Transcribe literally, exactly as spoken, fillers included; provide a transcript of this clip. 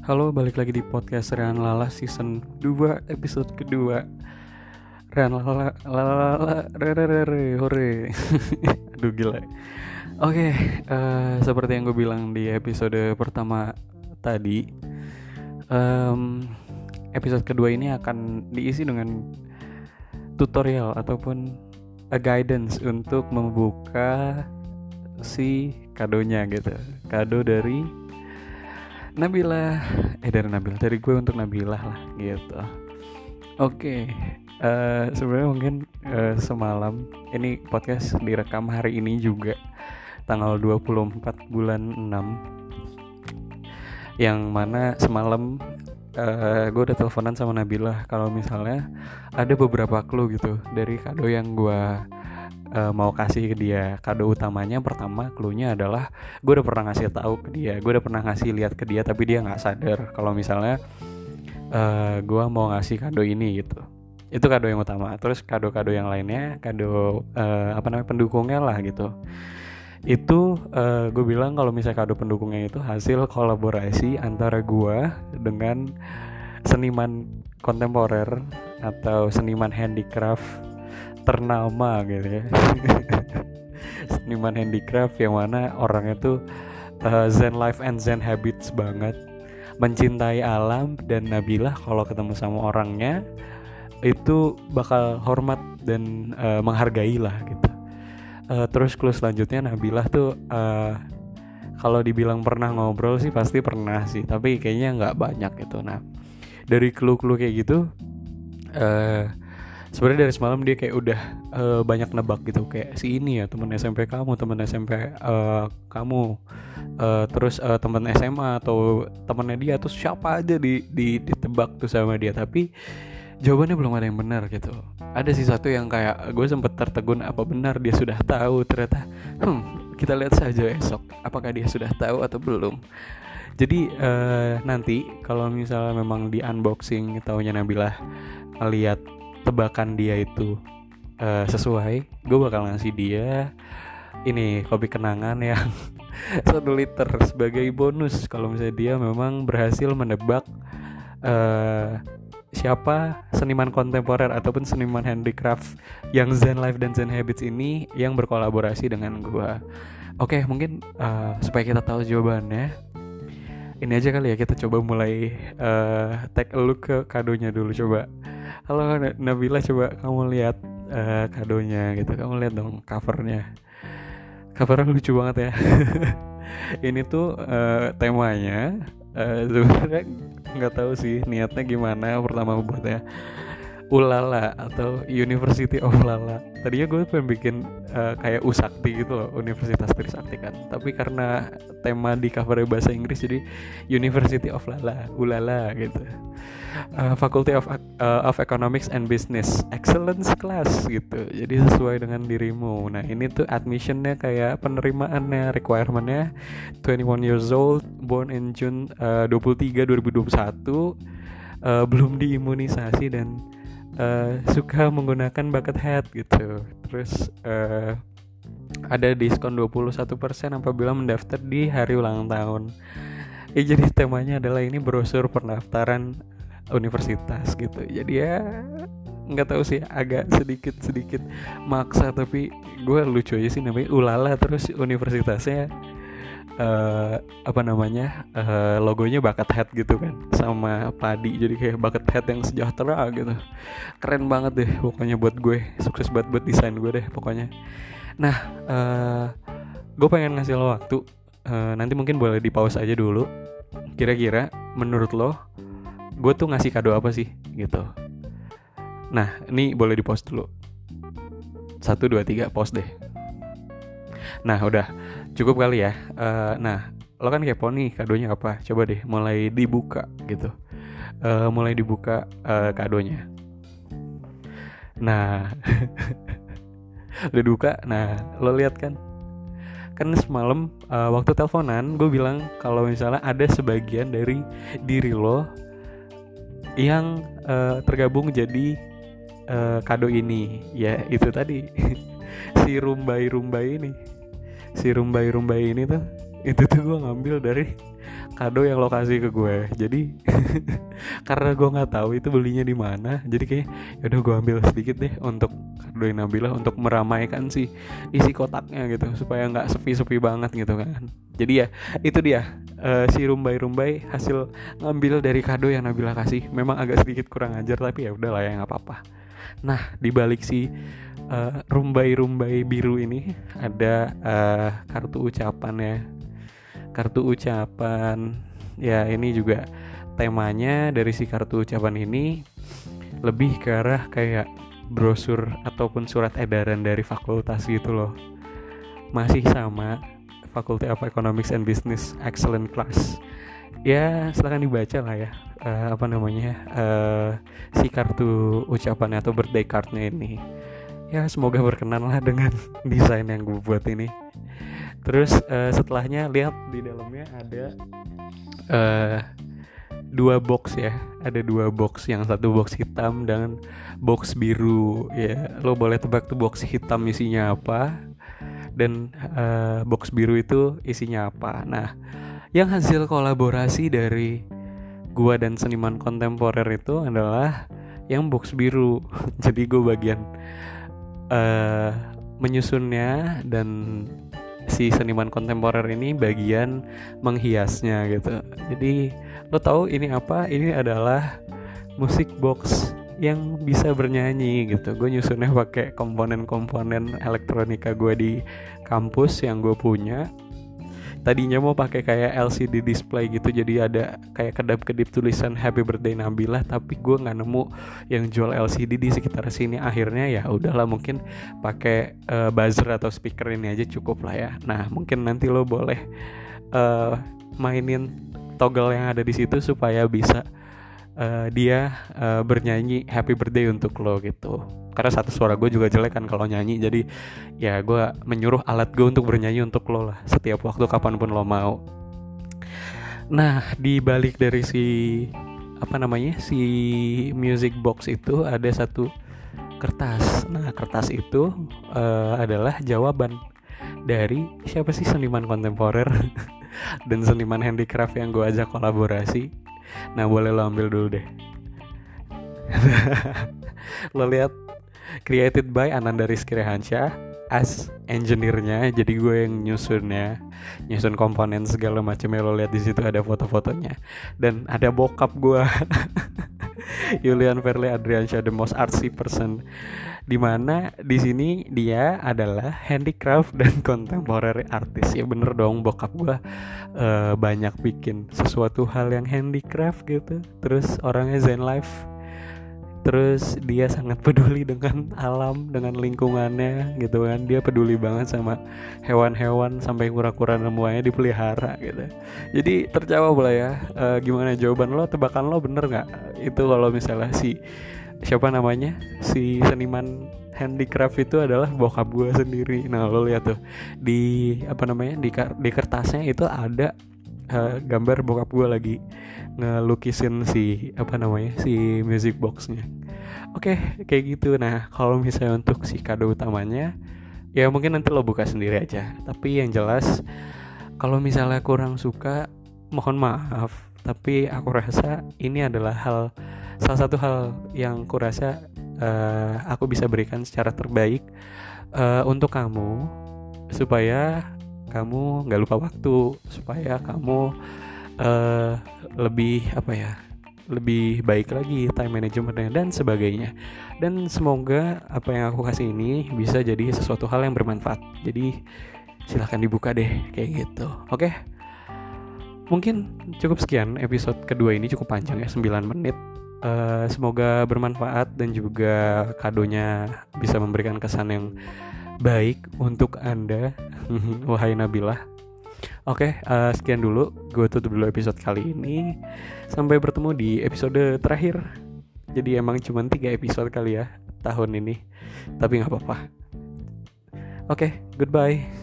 Halo, balik lagi di podcast Rehan Lala season dua episode kedua. Rehan Lala Lala re re re re hore. Aduh gila. Oke, eh, seperti yang gue bilang di episode pertama tadi, em, episode kedua ini akan diisi dengan tutorial ataupun a guidance untuk membuka si kadonya gitu. Kado dari Nabila, eh dari Nabila, dari gue untuk Nabila lah gitu. Oke, uh, sebenarnya mungkin uh, semalam ini podcast direkam hari ini juga tanggal dua puluh empat bulan enam, yang mana semalam uh, gue udah teleponan sama Nabila kalau misalnya ada beberapa clue gitu dari kado yang gue Uh, mau kasih ke dia. Kado utamanya pertama clue-nya adalah gue udah pernah ngasih tahu ke dia, gue udah pernah ngasih lihat ke dia, tapi dia nggak sadar kalau misalnya uh, gue mau ngasih kado ini gitu. Itu kado yang utama. Terus kado-kado yang lainnya, kado uh, apa namanya pendukungnya lah gitu. Itu uh, gue bilang kalau misalnya kado pendukungnya itu hasil kolaborasi antara gue dengan seniman kontemporer atau seniman handicraft ternama gitu ya. Seniman handicraft yang mana orangnya tuh uh, Zen life and Zen habits banget, mencintai alam, dan Nabila kalau ketemu sama orangnya itu bakal hormat dan uh, menghargai lah gitu. Uh, terus clue selanjutnya Nabila tuh uh, kalau dibilang pernah ngobrol sih pasti pernah sih, tapi kayaknya nggak banyak gitu. Nah dari clue-clue kayak gitu, uh, sebenarnya dari semalam dia kayak udah uh, banyak nebak gitu, kayak si ini ya teman S M P kamu, teman S M P uh, kamu, uh, terus uh, teman S M A atau temannya dia, terus siapa aja di, di ditebak tuh sama dia, tapi jawabannya belum ada yang benar gitu. Ada sih satu yang kayak gue sempet tertegun, apa benar dia sudah tahu? Ternyata hmm kita lihat saja esok apakah dia sudah tahu atau belum. Jadi uh, nanti kalau misalnya memang di unboxing taunya Nabila lihat tebakan dia itu uh, sesuai, gue bakal ngasih dia ini kopi kenangan yang satu liter sebagai bonus kalau misalnya dia memang berhasil menebak uh, siapa seniman kontemporer ataupun seniman handicraft yang Zen Life dan Zen Habits ini yang berkolaborasi dengan gue. Oke, mungkin uh, supaya kita tahu jawabannya, ini aja kali ya, kita coba mulai uh, take a look ke kadonya dulu. Coba, halo Nabila, coba kamu lihat uh, kadonya gitu. Kamu lihat dong covernya. Covernya lucu banget ya. Ini tuh uh, temanya uh, sebenarnya nggak tahu sih niatnya gimana pertama buatnya. Ulala atau University of Lala. Tadinya gue pengen bikin uh, kayak Usakti gitu loh, Universitas Trisakti kan. Tapi karena tema di covernya bahasa Inggris, jadi University of Lala, Ulala gitu. Uh, Faculty of uh, of Economics and Business, Excellence Class gitu. Jadi sesuai dengan dirimu. Nah ini tuh admissionnya kayak penerimaannya, requirementnya twenty-one years old, born in June uh, dua puluh tiga dua ribu dua puluh satu, uh, belum diimunisasi dan Uh, suka menggunakan bucket hat gitu. Terus uh, ada diskon dua puluh satu persen apabila mendaftar di hari ulang tahun. Ya, jadi temanya adalah ini brosur pendaftaran universitas gitu. Jadi ya nggak tahu sih, agak sedikit-sedikit maksa, tapi gue lucu aja sih namanya Ulala, terus universitasnya Uh, apa namanya uh, logonya bucket hat gitu kan, sama padi, jadi kayak bucket hat yang sejahtera gitu. Keren banget deh pokoknya buat gue, sukses banget buat desain gue deh pokoknya. Nah uh, gue pengen ngasih lo waktu, uh, nanti mungkin boleh di pause aja dulu. Kira-kira menurut lo gue tuh ngasih kado apa sih gitu. Nah ini boleh di pause dulu, satu dua tiga pause deh. Nah udah cukup kali ya. Uh, nah lo kan kepo nih kadonya apa, coba deh mulai dibuka gitu. uh, Mulai dibuka uh, kadonya. Nah udah dibuka. Nah lo lihat kan, kan semalam uh, waktu teleponan gue bilang kalau misalnya ada sebagian dari diri lo yang uh, tergabung jadi uh, kado ini. Ya itu tadi si rumbai-rumbai ini. Si rumbai-rumbai ini tuh, itu tuh gue ngambil dari kado yang lo kasih ke gue. Jadi karena gue nggak tahu itu belinya di mana, jadi kayak yaudah gue ambil sedikit deh untuk kadoin Nabila untuk meramaikan si isi kotaknya gitu, supaya nggak sepi-sepi banget gitu kan. Jadi ya itu dia uh, si rumbai-rumbai hasil ngambil dari kado yang Nabila kasih. Memang agak sedikit kurang ajar, tapi ya udah lah ya, nggak apa-apa. Nah, di balik si uh, rumbai-rumbai biru ini ada uh, kartu ucapan ya. Kartu ucapan ya, ini juga temanya dari si kartu ucapan ini lebih ke arah kayak brosur ataupun surat edaran dari fakultas gitu loh. Masih sama Faculty of Economics and Business Excellent Class. Ya silakan dibaca lah ya, uh, apa namanya uh, si kartu ucapan atau birthday cardnya ini. Ya semoga berkenan lah dengan desain yang gue buat ini. Terus uh, setelahnya lihat di dalamnya ada uh, dua box ya, ada dua box, yang satu box hitam dan box biru ya. Lo boleh tebak tuh box hitam isinya apa dan uh, box biru itu isinya apa. Nah, yang hasil kolaborasi dari gua dan seniman kontemporer itu adalah yang box biru. Jadi gua bagian uh, menyusunnya dan si seniman kontemporer ini bagian menghiasnya gitu. Jadi lo tahu ini apa? Ini adalah musik box yang bisa bernyanyi gitu. Gue nyusunnya pakai komponen-komponen elektronika gue di kampus yang gue punya. Tadinya mau pakai kayak L C D display gitu, jadi ada kayak kedap-kedip tulisan Happy Birthday Nabila, tapi gue nggak nemu yang jual L C D di sekitar sini. Akhirnya ya udahlah, mungkin pakai uh, buzzer atau speaker ini aja cukup lah ya. Nah mungkin nanti lo boleh uh, mainin toggle yang ada di situ supaya bisa uh, dia uh, bernyanyi Happy Birthday untuk lo gitu. Karena satu suara gue juga jelek kan kalau nyanyi, jadi ya gue menyuruh alat gue untuk bernyanyi untuk lo lah setiap waktu kapanpun lo mau. Nah di balik dari si apa namanya si music box itu ada satu kertas. Nah kertas itu uh, adalah jawaban dari siapa sih seniman kontemporer dan seniman handicraft yang gue ajak kolaborasi. Nah boleh lo ambil dulu deh. Lo lihat, created by Ananda Rizky Rehansyah as engineer-nya, jadi gue yang nyusunnya, nyusun komponen segala macamnya. Lo lihat di situ ada foto-fotonya dan ada bokap gue. Yulian Verly Adriansyah, the most artsy person, dimana di sini dia adalah handicraft dan contemporary artist. Ya bener dong, bokap gue uh, banyak bikin sesuatu hal yang handicraft gitu. Terus orangnya zen life, terus dia sangat peduli dengan alam, dengan lingkungannya gitu kan. Dia peduli banget sama hewan-hewan, sampai kura-kura semuanya dipelihara gitu. Jadi terjawab lah ya. E, gimana jawaban lo, tebakan lo bener nggak? Itu kalau misalnya si siapa namanya si seniman handicraft itu adalah bokap gue sendiri. Nah lo lihat tuh di apa namanya di, di kertasnya itu ada uh, gambar bokap gue lagi ngelukisin si apa namanya si music boxnya. Oke, kayak gitu. Nah kalau misalnya untuk si kado utamanya ya mungkin nanti lo buka sendiri aja. Tapi yang jelas kalau misalnya kurang suka mohon maaf, tapi aku rasa ini adalah hal salah satu hal yang aku rasa uh, aku bisa berikan secara terbaik uh, untuk kamu, supaya kamu nggak lupa waktu, supaya kamu Uh, lebih apa ya lebih baik lagi time managementnya dan sebagainya. Dan semoga apa yang aku kasih ini bisa jadi sesuatu hal yang bermanfaat. Jadi silahkan dibuka deh kayak gitu. Oke, mungkin cukup sekian episode kedua ini, cukup panjang ya, sembilan menit. uh, Semoga bermanfaat dan juga kadonya bisa memberikan kesan yang baik untuk Anda. Wahai Nabilah. Oke, okay, uh, sekian dulu. Gue tutup dulu episode kali ini. Sampai bertemu di episode terakhir. Jadi emang cuma tiga episode kali ya tahun ini, tapi gak apa-apa. Oke, okay, goodbye.